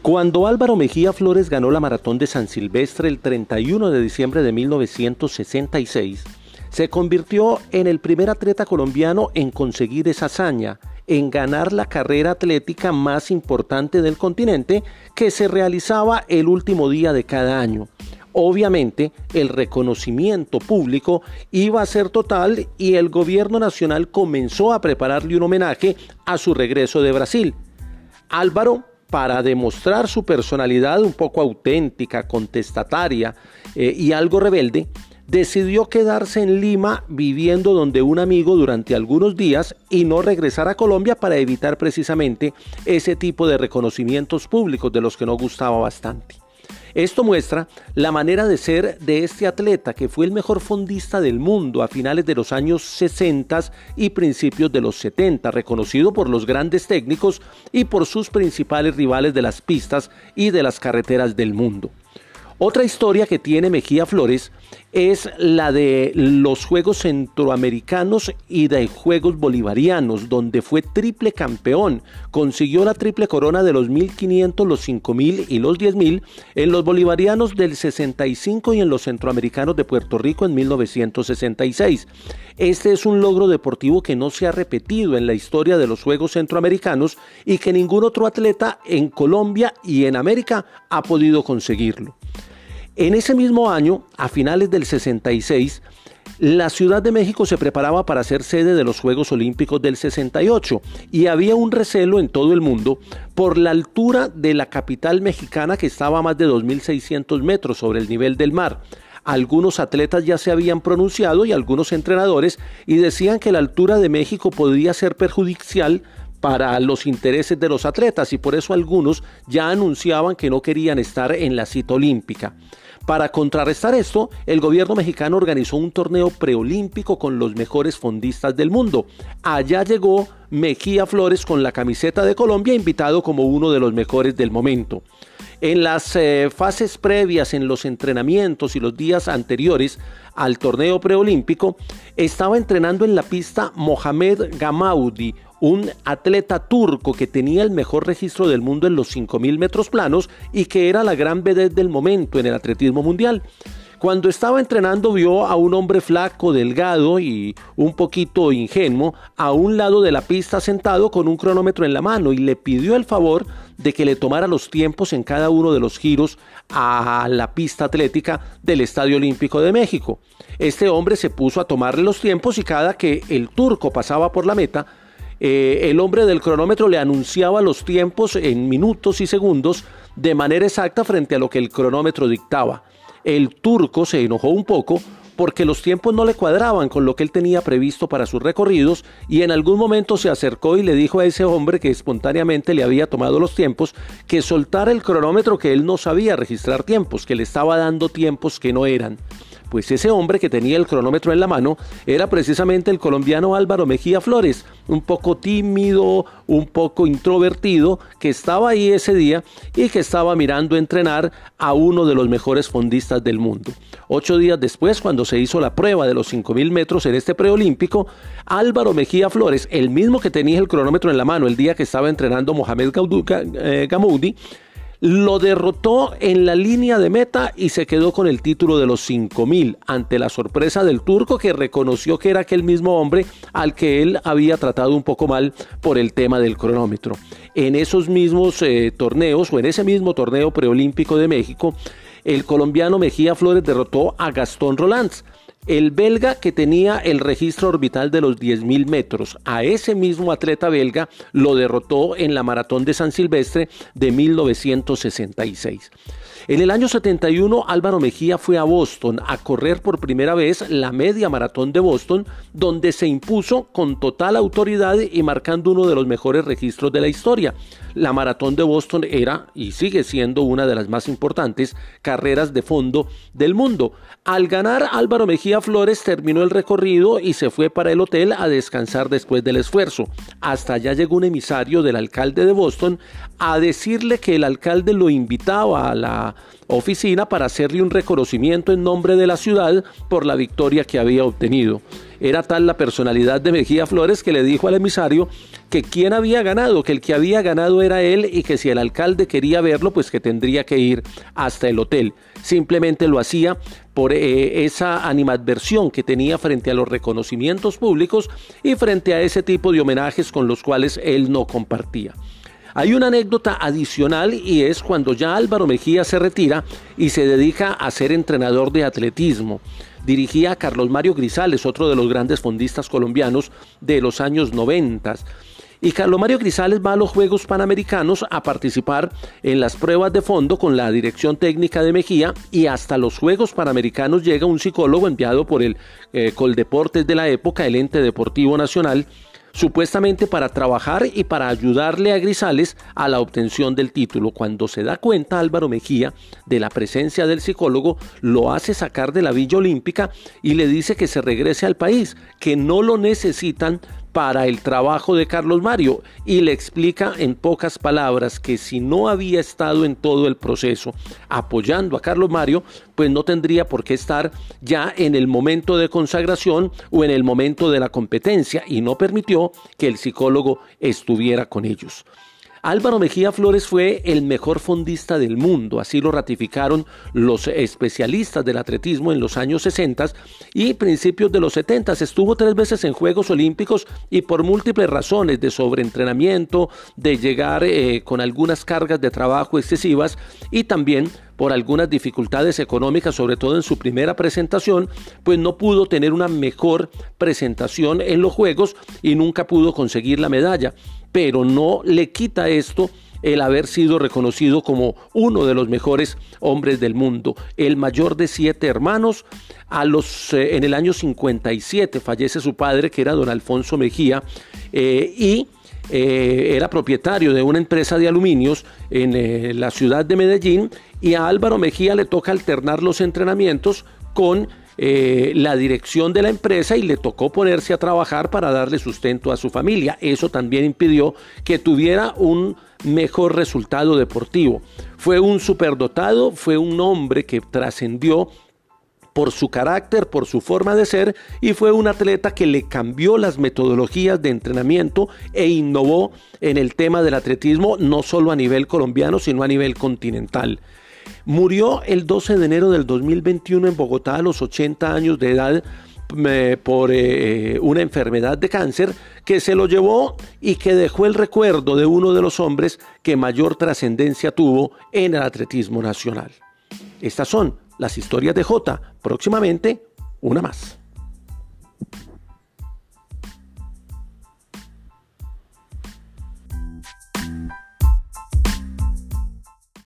Cuando Álvaro Mejía Flores ganó la Maratón de San Silvestre el 31 de diciembre de 1966, se convirtió en el primer atleta colombiano en conseguir esa hazaña, en ganar la carrera atlética más importante del continente que se realizaba el último día de cada año. Obviamente, el reconocimiento público iba a ser total y el gobierno nacional comenzó a prepararle un homenaje a su regreso de Brasil. Álvaro, para demostrar su personalidad un poco auténtica, contestataria y algo rebelde, decidió quedarse en Lima viviendo donde un amigo durante algunos días y no regresar a Colombia para evitar precisamente ese tipo de reconocimientos públicos de los que no gustaba bastante. Esto muestra la manera de ser de este atleta que fue el mejor fondista del mundo a finales de los años 60 y principios de los 70, reconocido por los grandes técnicos y por sus principales rivales de las pistas y de las carreteras del mundo. Otra historia que tiene Mejía Flores es la de los Juegos Centroamericanos y de Juegos Bolivarianos, donde fue triple campeón. Consiguió la triple corona de los 1500, los 5000 y los 10000 en los bolivarianos del 65 y en los centroamericanos de Puerto Rico en 1966. Este es un logro deportivo que no se ha repetido en la historia de los Juegos Centroamericanos y que ningún otro atleta en Colombia y en América ha podido conseguirlo. En ese mismo año, a finales del 66, la Ciudad de México se preparaba para ser sede de los Juegos Olímpicos del 68 y había un recelo en todo el mundo por la altura de la capital mexicana, que estaba a más de 2.600 metros sobre el nivel del mar. Algunos atletas ya se habían pronunciado y algunos entrenadores y decían que la altura de México podría ser perjudicial para los intereses de los atletas y por eso algunos ya anunciaban que no querían estar en la cita olímpica. Para contrarrestar esto, el gobierno mexicano organizó un torneo preolímpico con los mejores fondistas del mundo. Allá llegó Mejía Flores con la camiseta de Colombia, invitado como uno de los mejores del momento. En las fases previas, en los entrenamientos y los días anteriores al torneo preolímpico, estaba entrenando en la pista Mohamed Gamaudi, un atleta turco que tenía el mejor registro del mundo en los 5000 metros planos y que era la gran vedette del momento en el atletismo mundial. Cuando estaba entrenando vio a un hombre flaco, delgado y un poquito ingenuo a un lado de la pista sentado con un cronómetro en la mano y le pidió el favor de que le tomara los tiempos en cada uno de los giros a la pista atlética del Estadio Olímpico de México. Este hombre se puso a tomarle los tiempos y cada que el turco pasaba por la meta, el hombre del cronómetro le anunciaba los tiempos en minutos y segundos de manera exacta frente a lo que el cronómetro dictaba. El turco se enojó un poco porque los tiempos no le cuadraban con lo que él tenía previsto para sus recorridos y en algún momento se acercó y le dijo a ese hombre que espontáneamente le había tomado los tiempos que soltara el cronómetro, que él no sabía registrar tiempos, que le estaba dando tiempos que no eran. Pues ese hombre que tenía el cronómetro en la mano era precisamente el colombiano Álvaro Mejía Flores, un poco tímido, un poco introvertido, que estaba ahí ese día y que estaba mirando entrenar a uno de los mejores fondistas del mundo. 8 días después, cuando se hizo la prueba de los 5000 metros en este preolímpico, Álvaro Mejía Flores, el mismo que tenía el cronómetro en la mano el día que estaba entrenando Mohamed Gamaudi, lo derrotó en la línea de meta y se quedó con el título de los 5000 ante la sorpresa del turco, que reconoció que era aquel mismo hombre al que él había tratado un poco mal por el tema del cronómetro. En esos mismos torneos o en ese mismo torneo preolímpico de México, el colombiano Mejía Flores derrotó a Gastón Rolands, el belga que tenía el registro orbital de los 10.000 metros. A ese mismo atleta belga lo derrotó en la Maratón de San Silvestre de 1966. En el año 71, Álvaro Mejía fue a Boston a correr por primera vez la media maratón de Boston, donde se impuso con total autoridad y marcando uno de los mejores registros de la historia. La maratón de Boston era y sigue siendo una de las más importantes carreras de fondo del mundo. Al ganar, Álvaro Mejía Flores terminó el recorrido y se fue para el hotel a descansar después del esfuerzo. Hasta allá llegó un emisario del alcalde de Boston a decirle que el alcalde lo invitaba a la oficina para hacerle un reconocimiento en nombre de la ciudad por la victoria que había obtenido. Era tal la personalidad de Mejía Flores que le dijo al emisario que quién había ganado, que el que había ganado era él y que si el alcalde quería verlo, pues que tendría que ir hasta el hotel. Simplemente lo hacía por esa animadversión que tenía frente a los reconocimientos públicos y frente a ese tipo de homenajes con los cuales él no compartía. Hay una anécdota adicional y es cuando ya Álvaro Mejía se retira y se dedica a ser entrenador de atletismo. Dirigía a Carlos Mario Grisales, otro de los grandes fondistas colombianos de los años 90. Y Carlos Mario Grisales va a los Juegos Panamericanos a participar en las pruebas de fondo con la dirección técnica de Mejía, y hasta los Juegos Panamericanos llega un psicólogo enviado por el Coldeportes de la época, el ente deportivo nacional, supuestamente para trabajar y para ayudarle a Grisales a la obtención del título. Cuando se da cuenta Álvaro Mejía de la presencia del psicólogo, lo hace sacar de la Villa Olímpica y le dice que se regrese al país, que no lo necesitan para el trabajo de Carlos Mario, y le explica en pocas palabras que si no había estado en todo el proceso apoyando a Carlos Mario, pues no tendría por qué estar ya en el momento de consagración o en el momento de la competencia, y no permitió que el psicólogo estuviera con ellos. Álvaro Mejía Flores fue el mejor fondista del mundo, así lo ratificaron los especialistas del atletismo en los años 60 y principios de los 70. Estuvo 3 veces en Juegos Olímpicos y por múltiples razones de sobreentrenamiento, de llegar con algunas cargas de trabajo excesivas y también por algunas dificultades económicas, sobre todo en su primera presentación, pues no pudo tener una mejor presentación en los Juegos y nunca pudo conseguir la medalla. Pero no le quita esto el haber sido reconocido como uno de los mejores hombres del mundo, el mayor de 7 hermanos. En el año 57 fallece su padre, que era don Alfonso Mejía, era propietario de una empresa de aluminios en la ciudad de Medellín, y a Álvaro Mejía le toca alternar los entrenamientos con la dirección de la empresa y le tocó ponerse a trabajar para darle sustento a su familia. Eso también impidió que tuviera un mejor resultado deportivo. Fue un superdotado, fue un hombre que trascendió por su carácter, por su forma de ser, y fue un atleta que le cambió las metodologías de entrenamiento e innovó en el tema del atletismo, no solo a nivel colombiano, sino a nivel continental. Murió el 12 de enero del 2021 en Bogotá a los 80 años de edad por una enfermedad de cáncer que se lo llevó y que dejó el recuerdo de uno de los hombres que mayor trascendencia tuvo en el atletismo nacional. Estas son las historias de Jota. Próximamente, una más.